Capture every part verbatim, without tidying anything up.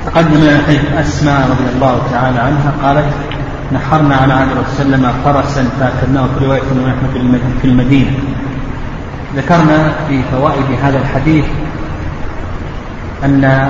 تقدم لنا حديث أسماء رضي الله تعالى عنها قالت نحرنا على عهد الرسول صلى الله عليه وسلم فرسا فأكلناه في رواية ونحن في المدينة. ذكرنا في فوائد هذا الحديث أن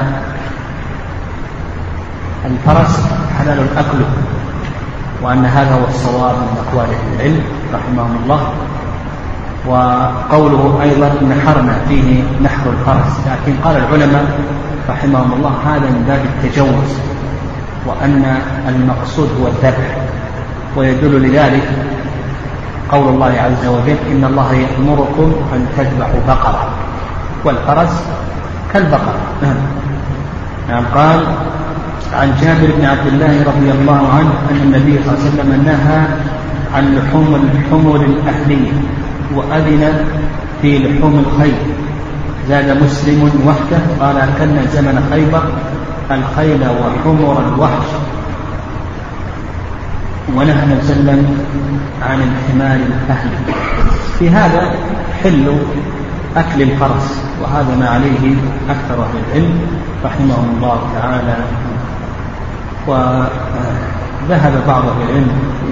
الفرس حلال أكله، وأن هذا هو الصواب من أقوال أهل العلم رحمهم الله. وقوله أيضا نحرنا فيه نحر الفرس، لكن قال العلماء رحمهم الله هذا من باب التجوز، وأن المقصود هو الذبح. ويدل لذلك قول الله عز وجل إن الله يأمركم أن تذبحوا بقرة، والفرس كالبقرة. نعم. قال عن جابر بن عبد الله رضي الله عنه أن النبي صلى الله عليه وسلم نهى عن لحوم الحمر الأهلية وأذن في لحوم الخيل. زاد مسلم وحده قال أكلنا زمن خيبر الخيل وحمر الوحش، ونهى النبي صلى الله عليه وسلم عن الحمار الأهلي. في هذا حل أكل الفرس، وهذا ما عليه أكثر أهل العلم رحمهم الله تعالى. وذهب بعض أهل العلم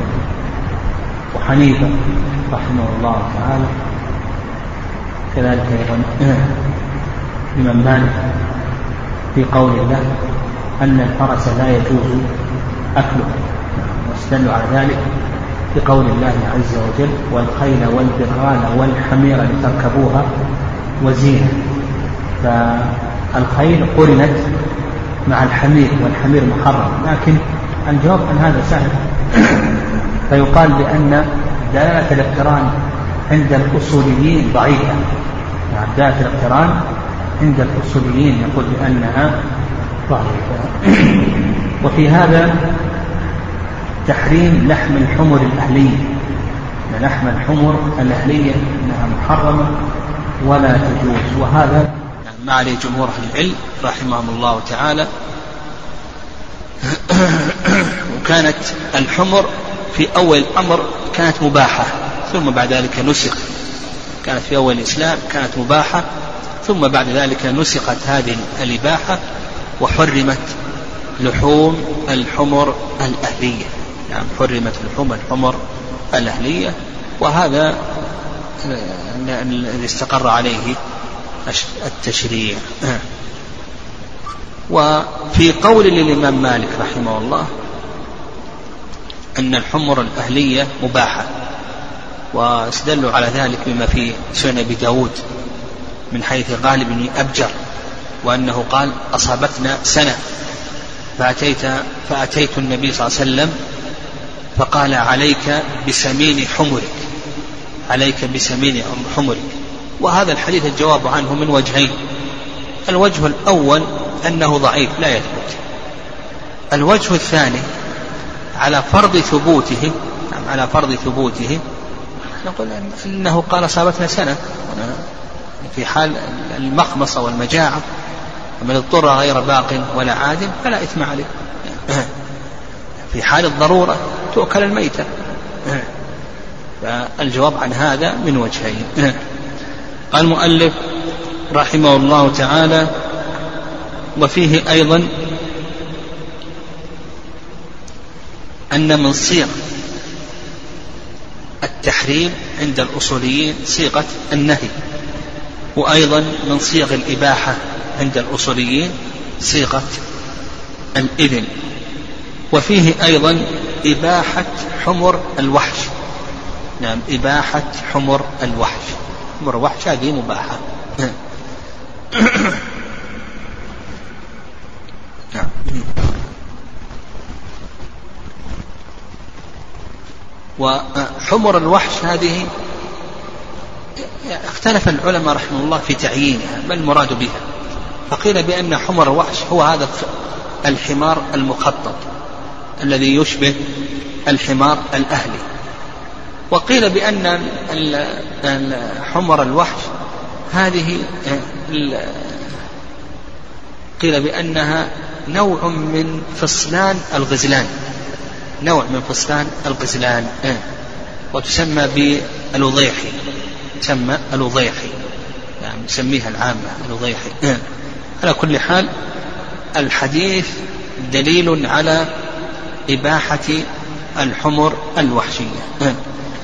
وحنيفة رحمه الله تعالى كذلك أيضا الإمام مالك في قول الله أن الفرس لا يجوز أكله، واستدلوا على ذلك بقول الله عز وجل والخيل والبغال والحمير لتركبوها وزينة. فالخيل قرنت مع الحمير، والحمير محرم، لكن الجواب عن هذا سهل. فيقال بأن دلالة الاقتران عند الأصوليين ضعيفة. يعني دلالة الاقتران عند الأصوليين يقول بأنها ضعيفة. وفي هذا تحريم لحم الحمر الأهلية، لحم الحمر الأهلية أنها محرمة ولا تجوز، وهذا ما عليه جمهور أهل العلم رحمهم الله تعالى. وكانت الحمر في أول الأمر كانت مباحة، ثم بعد ذلك نسخ. كانت في أول الإسلام كانت مباحة، ثم بعد ذلك نسخت هذه الإباحة وحرمت لحوم الحمر الأهلية. يعني حرمت لحوم الحمر الأهلية، وهذا الذي استقر عليه التشريع. وفي قول للإمام مالك رحمه الله أن الحمر الأهلية مباحة، واستدلوا على ذلك بما في سنن أبي داود من حيث غالب بن أبجر، وأنه قال أصابتنا سنة فأتيت, فأتيت النبي صلى الله عليه وسلم فقال عليك بسمين حمرك، عليك بسمين حمرك. وهذا الحديث الجواب عنه من وجهين. الوجه الأول أنه ضعيف لا يثبت. الوجه الثاني على فرض ثبوته، على فرض ثبوته نقول أنه قال أصابتنا سنة في حال المخمصة والمجاعة، ومن اضطر غير باق ولا عاد فلا إثم عليه. في حال الضرورة تؤكل الميتة. فالجواب عن هذا من وجهين. المؤلف رحمه الله تعالى وفيه أيضا أن من صيغ التحريم عند الأصوليين صيغة النهي، وأيضا من صيغ الإباحة عند الأصوليين صيغة الإذن. وفيه أيضا إباحة حمر الوحش. نعم، إباحة حمر الوحش. حمر الوحش هذه مباحة. نعم. وحمر الوحش هذه اختلف العلماء رحمه الله في تعيينها ما المراد بها. فقيل بأن حمر الوحش هو هذا الحمار المخطط الذي يشبه الحمار الأهلي. وقيل بأن حمر الوحش هذه قيل بأنها نوع من فصلان الغزلان، نوع من فصلان الغزلان، وتسمى بالوضيحي، تسمى الوضيحي، يعني نسميها العامة الوضيحي. على كل حال الحديث دليل على إباحة الحمر الوحشية.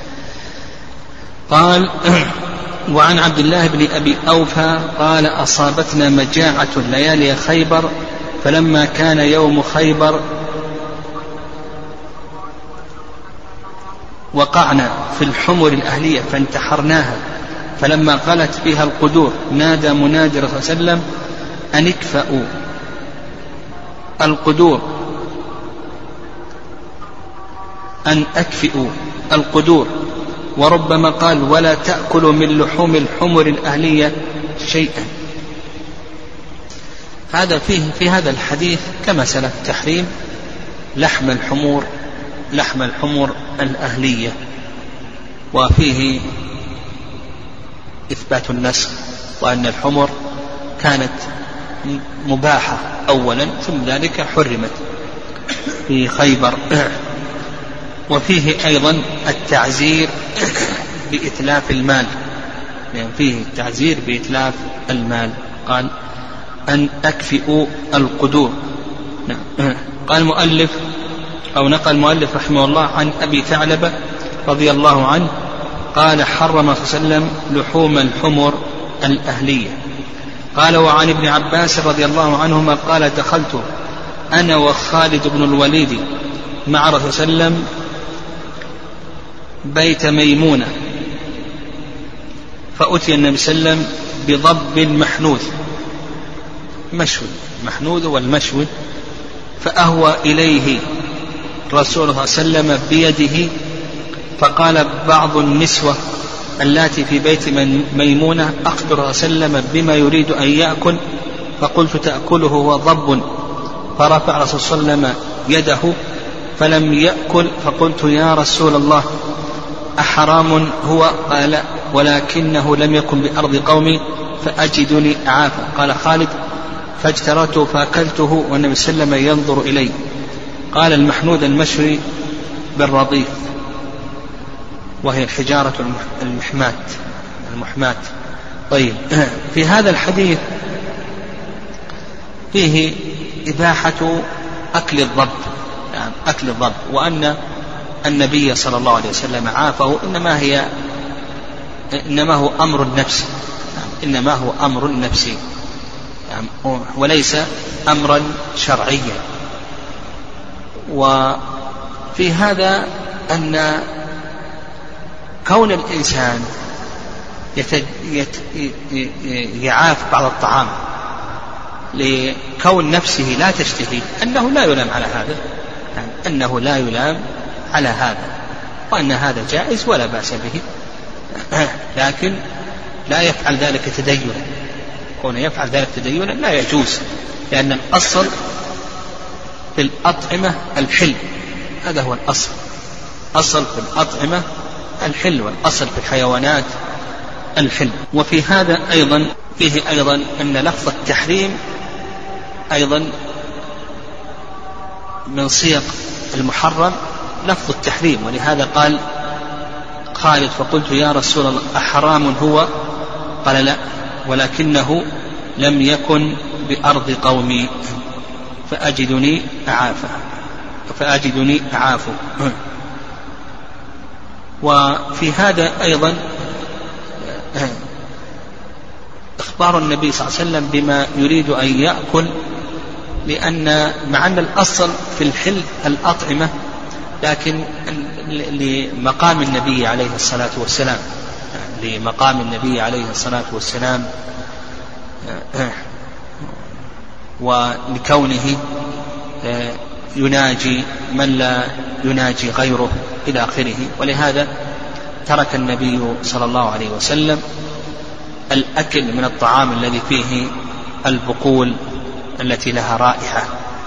قال وعن عبد الله بن أبي أوفى قال أصابتنا مجاعة ليالي خيبر فلما كان يوم خيبر وقعنا في الحمر الأهلية فانتحرناها فلما غلت بها القدور نادى منادي رسول الله صلى الله عليه وسلم أن اكفأوا القدور أن أكفئوا القدور وربما قال ولا تأكلوا من لحوم الحمر الأهلية شيئا. هذا فيه في هذا الحديث كما سلف تحريم لحم الحمور لحم الحمر الأهلية، وفيه إثبات النسخ وأن الحمر كانت مباحة أولا ثم ذلك حرمت في خيبر. وفيه أيضا التعزير بإتلاف المال، يعني فيه التعزير بإتلاف المال. قال أن أكفئوا القدور. قال المؤلف أو نقل المؤلف رحمه الله عن أبي ثعلبة رضي الله عنه قال حرم صلى الله عليه وسلم لحوم الحمر الأهلية. قال وعن ابن عباس رضي الله عنهما قال دخلت أنا وخالد بن الوليد مع رسول صلى الله عليه وسلم بيت ميمونة فأتي النبي صلى الله عليه وسلم بضب محنوذ مشوي محنوذ والمشوي فأهوى إليه رسول الله صلى الله عليه وسلم بيده فقال بعض النسوة اللاتي في بيت ميمونة أخبر صلى الله عليه وسلم بما يريد أن يأكل فقلت تأكله وضب فرفع رسول صلى الله عليه وسلم يده فلم يأكل فقلت يا رسول الله أحرام هو؟ قال ولكنه لم يكن بأرض قومي فأجدني أعافى. قال خالد فاجترته فأكلته والنبي صلى الله عليه وسلم ينظر إلي. قال المحنود المشوي بالرضيف وهي الحجارة المحماة المحماة. طيب في هذا الحديث فيه إباحة أكل الضب، يعني أكل الضب، وأن النبي صلى الله عليه وسلم عافه إنما هي إنما هو أمر نفسي إنما هو أمر نفسي يعني وليس أمرا شرعيا. وفي هذا أن كون الإنسان يتج... يت... يعاف بعض الطعام لكون نفسه لا تشتهي أنه لا يلام على هذا، يعني أنه لا يلام على هذا، وأن هذا جائز ولا بأس به، لكن لا يفعل ذلك تدينا. كون يفعل ذلك تدينا لا يجوز، لأن الأصل في الأطعمة الحل، هذا هو الأصل. أصل في الأطعمة الحل، والأصل في الحيوانات الحل. وفي هذا أيضا فيه أيضا أن لفظ التحريم أيضا من صيغ المحرم لفظ التحريم، ولهذا قال خالد فقلت يا رسول الله أحرام هو؟ قال لا ولكنه لم يكن بأرض قومي فأجدني أعافه فأجدني أعافه. وفي هذا أيضا إخبار النبي صلى الله عليه وسلم بما يريد أن يأكل، لأن مع أن الأصل في الحل الأطعمة، لكن لمقام النبي عليه الصلاة والسلام لمقام النبي عليه الصلاة والسلام ولكونه يناجي من لا يناجي غيره إلى آخره، ولهذا ترك النبي صلى الله عليه وسلم الأكل من الطعام الذي فيه البقول التي لها رائحة.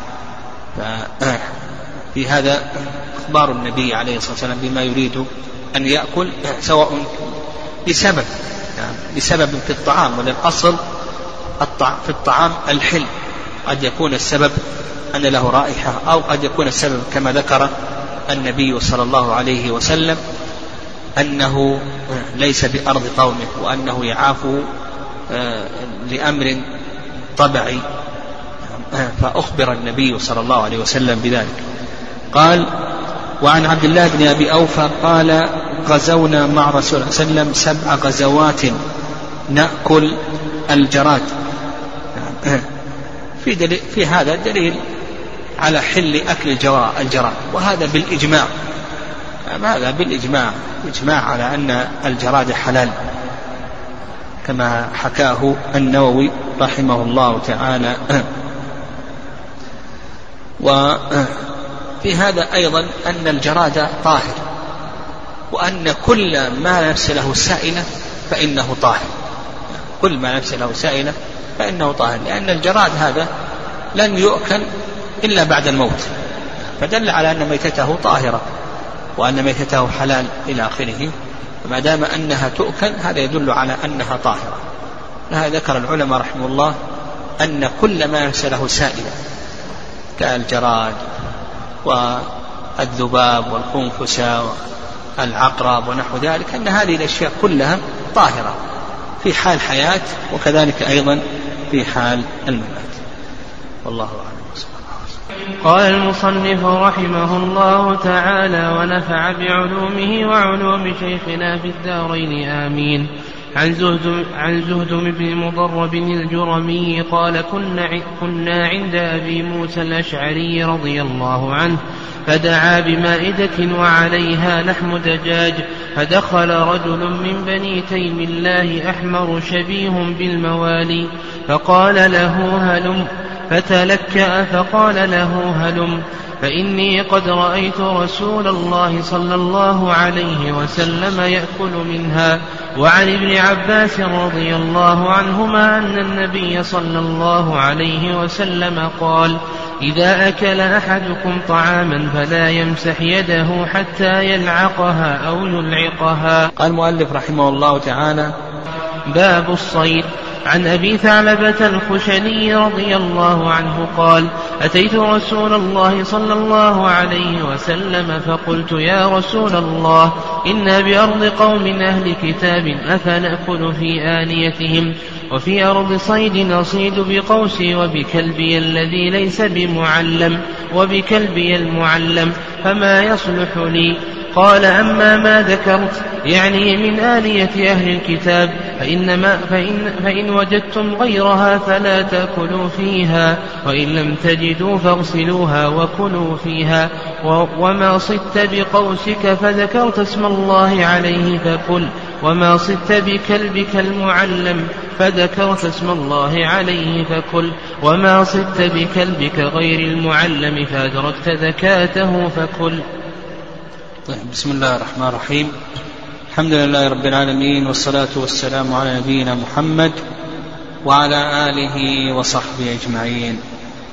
في هذا إخبار النبي عليه الصلاة والسلام بما يريد أن يأكل، سواء لسبب يعني لسبب في الطعام، وللأصل في الطعام الحل، قد يكون السبب أن له رائحة، أو قد يكون السبب كما ذكر النبي صلى الله عليه وسلم أنه ليس بأرض قومه، وأنه يعاف لأمر طبعي فأخبر النبي صلى الله عليه وسلم بذلك. قال: وعن عبد الله بن أبي أوفى قال: غزونا مع رسول الله صلى الله عليه وسلم سبع غزوات نأكل الجراد. في, دليل في هذا دليل على حل أكل الجراد، وهذا بالإجماع، هذا بالإجماع إجماع على أن الجراد حلال كما حكاه النووي رحمه الله تعالى. وفي هذا أيضا أن الجراد طاهر، وأن كل ما نفس له سائلة فإنه طاهر، كل ما نفس له سائلة فإنه طاهر، لأن الجراد هذا لن يؤكل إلا بعد الموت، فدل على أن ميتته طاهرة وأن ميتته حلال إلى آخره. فما دام أنها تؤكل هذا يدل على أنها طاهرة. لهذا ذكر العلماء رحمه الله أن كل ما نفس له سائلة كالجراد والذباب والخنفساء والعقرب ونحو ذلك، أن هذه الأشياء كلها طاهرة في حال حياة وكذلك أيضا في حال الممات. والله أعلم. قال المصنف رحمه الله تعالى ونفع بعلومه وعلوم شيخنا في الدارين آمين. عن زهد, عن زهد بن مضرب الجرمي قال: كنا, كنا عند أبي موسى الأشعري رضي الله عنه فدعا بمائدة وعليها لحم دجاج، فدخل رجل من بني تيم الله أحمر شبيه بالموالي فقال له: هلم، فتلكأ فقال له: هلم، فإني قد رأيت رسول الله صلى الله عليه وسلم يأكل منها. وعن ابن عباس رضي الله عنهما أن النبي صلى الله عليه وسلم قال: إذا أكل أحدكم طعاما فلا يمسح يده حتى يلعقها أو يلعقها. قال المؤلف رحمه الله تعالى: باب الصيد. عن أبي ثعلبة الخشني رضي الله عنه قال: أتيت رسول الله صلى الله عليه وسلم فقلت: يا رسول الله، إنا بأرض قوم أهل كتاب أفنأكل في آنيتهم، وفي أرض صيد نصيد بقوسي وبكلبي الذي ليس بمعلم وبكلبي المعلم، فما يصلح لي؟ قال: أما ما ذكرت، يعني من آنية أهل الكتاب، فإنما فإن, فإن وجدتم غيرها فلا تأكلوا فيها، وإن لم تجدوا فاغسلوها وكلوا فيها. وما صدت بقوسك فذكرت اسم الله عليه فكل، وما صدت بكلبك المعلم فذكرت اسم الله عليه فكل، وما صدت بكلبك غير المعلم فأدركت ذكاته فكل. بسم الله الرحمن الرحيم. الحمد لله رب العالمين، والصلاة والسلام على نبينا محمد وعلى آله وصحبه أجمعين.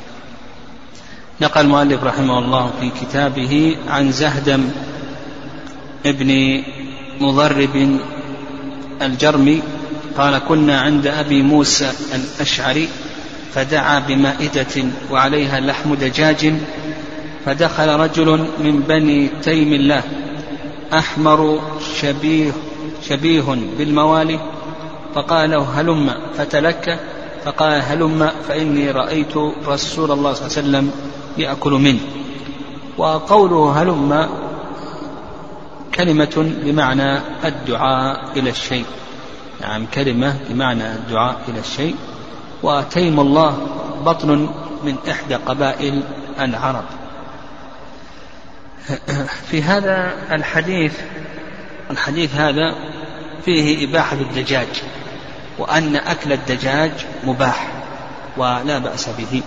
نقل المؤلف رحمه الله في كتابه عن زهدم ابن مضرب الجرمي قال: كنا عند أبي موسى الأشعري فدعا بمائدة وعليها لحم دجاج، فدخل رجل من بني تيم الله أحمر شبيه, شبيه بالموالي فقال له: هلم، فتلك فقال: هلم، فإني رأيت رسول الله صلى الله عليه وسلم يأكل منه. وقوله هلم كلمة بمعنى الدعاء إلى الشيء، نعم، كلمة بمعنى الدعاء إلى الشيء. وتيم الله بطن من إحدى قبائل العرب. في هذا الحديث الحديث هذا فيه إباحة الدجاج، وأن أكل الدجاج مباح ولا بأس به،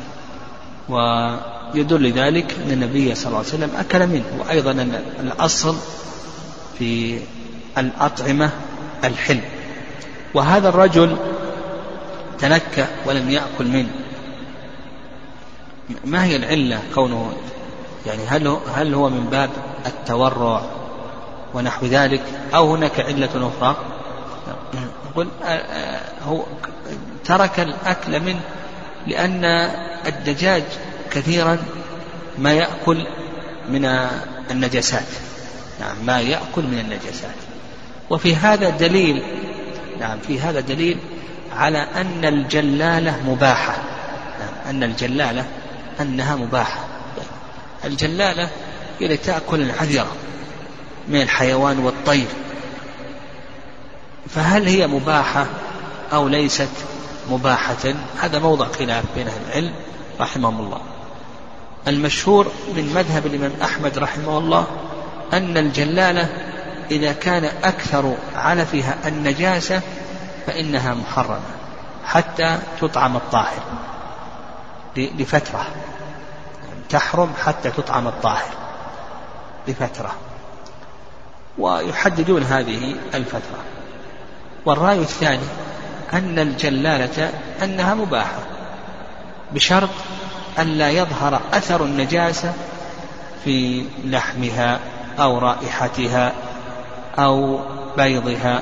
ويدل ذلك أن النبي صلى الله عليه وسلم أكل منه. وأيضا أن الأصل في الأطعمة الحل، وهذا الرجل تنكأ ولم يأكل منه. ما هي العلة كونه يعني هل هو, هل هو من باب التورع ونحو ذلك، أو هناك علة أخرى؟ نقول هو ترك الأكل منه لأن الدجاج كثيرا ما يأكل من النجاسات، نعم، ما يأكل من النجاسات. وفي هذا دليل، نعم، في هذا دليل على أن الجلالة مباحة، نعم، أن الجلالة أنها مباحة. الجلالة هي تأكل العذرة من الحيوان والطير، فهل هي مباحة أو ليست مباحة؟ هذا موضع خلاف بين أهل العلم رحمهم الله. المشهور من مذهب الإمام أحمد رحمه الله أن الجلالة إذا كان أكثر علفها النجاسة فإنها محرمة حتى تطعم الطاهر لفترة، تحرم حتى تطعم الطاهر لفترة، ويحددون هذه الفترة. والرأي الثاني أن الجلالة أنها مباحة بشرط أن لا يظهر أثر النجاسة في لحمها أو رائحتها أو بيضها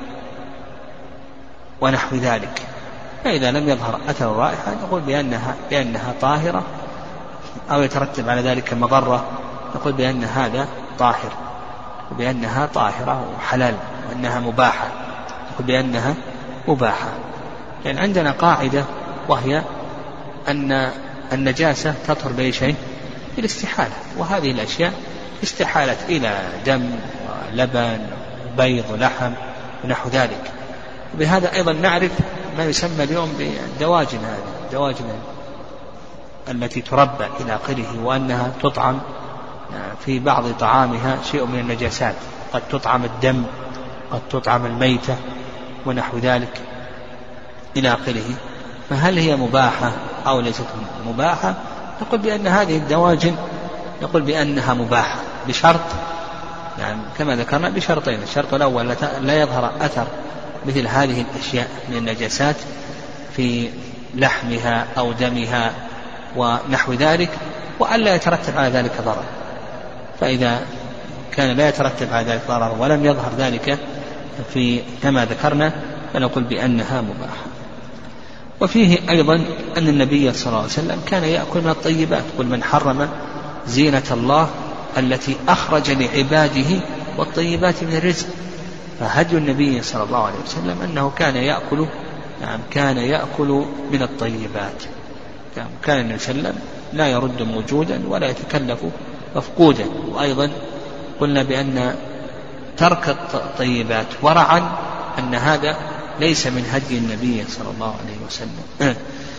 ونحو ذلك. فإذا لم يظهر أثر الرائحة نقول بأنها, بأنها طاهرة، أو يترتب على ذلك مضرة نقول بأن هذا طاهر وبأنها طاهرة وحلال، وأنها مباحة نقول بأنها مباحة. لأن يعني عندنا قاعدة وهي أن النجاسة تطهر بأي شيء بالاستحالة، وهذه الأشياء استحالت إلى دم ولبن بيض ولحم ونحو ذلك. وبهذا أيضا نعرف ما يسمى اليوم بالدواجن، هذه الدواجن التي تربى إلى آخره، وأنها تطعم في بعض طعامها شيء من النجاسات، قد تطعم الدم قد تطعم الميتة ونحو ذلك إلى آخره. فهل هي مباحة أو ليست مباحة؟ نقول بأن هذه الدواجن نقول بأنها مباحة بشرط، يعني كما ذكرنا بشرطين. الشرط الأول لا يظهر أثر مثل هذه الأشياء من النجاسات في لحمها أو دمها ونحو ذلك، وألا يترتب على ذلك ضرر. فإذا كان لا يترتب على ذلك ضرر ولم يظهر ذلك في كما ذكرنا فنقول بأنها مباحة. وفيه أيضا أن النبي صلى الله عليه وسلم كان يأكل من الطيبات، قل من حرم زينة الله التي أخرج لعباده والطيبات من الرزق. فهدي النبي صلى الله عليه وسلم أنه كان يأكل يعني كان يأكل من الطيبات، يعني كان النبي صلى الله عليه وسلم لا يرد موجودا ولا يتكلف مفقودا. وأيضا قلنا بأن ترك الطيبات ورعا أن هذا ليس من هدي النبي صلى الله عليه وسلم.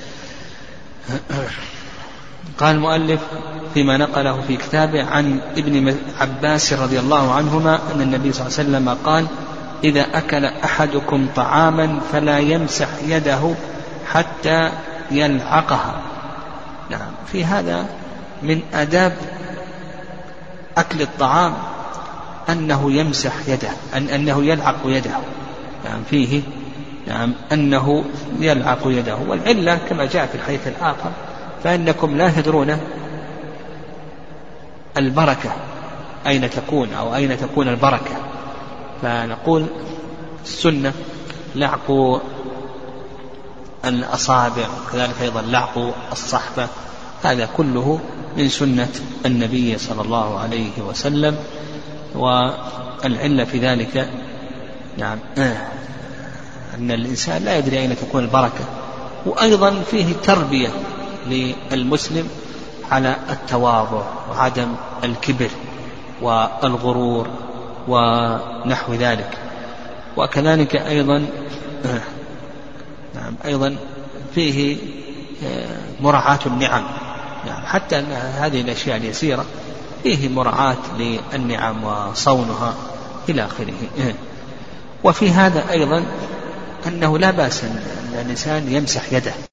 قال المؤلف فيما نقله في كتابه عن ابن عباس رضي الله عنهما أن النبي صلى الله عليه وسلم قال: إذا أكل أحدكم طعاما فلا يمسح يده حتى يلعقها. نعم، في هذا من آداب أكل الطعام أنه يمسح يده، أن أنه يلعق يده. نعم، فيه نعم أنه يلعق يده. والعلة كما جاء في الحديث الآخر: فإنكم لا تدرون البركة أين تكون أو أين تكون البركة. فنقول السنة لعق الأصابع، وكذلك أيضا لعق الصحبة، هذا كله من سنة النبي صلى الله عليه وسلم. والعلة في ذلك نعم أن الإنسان لا يدري أين تكون البركة. وأيضا فيه تربية للمسلم على التواضع وعدم الكبر والغرور ونحو ذلك. وكذلك أيضا نعم أيضا فيه مراعاة النعم، يعني حتى أن هذه الأشياء اليسيرة فيه مراعاة للنعم وصونها إلى آخره. وفي هذا أيضا أنه لا بأس أن الإنسان يمسح يده.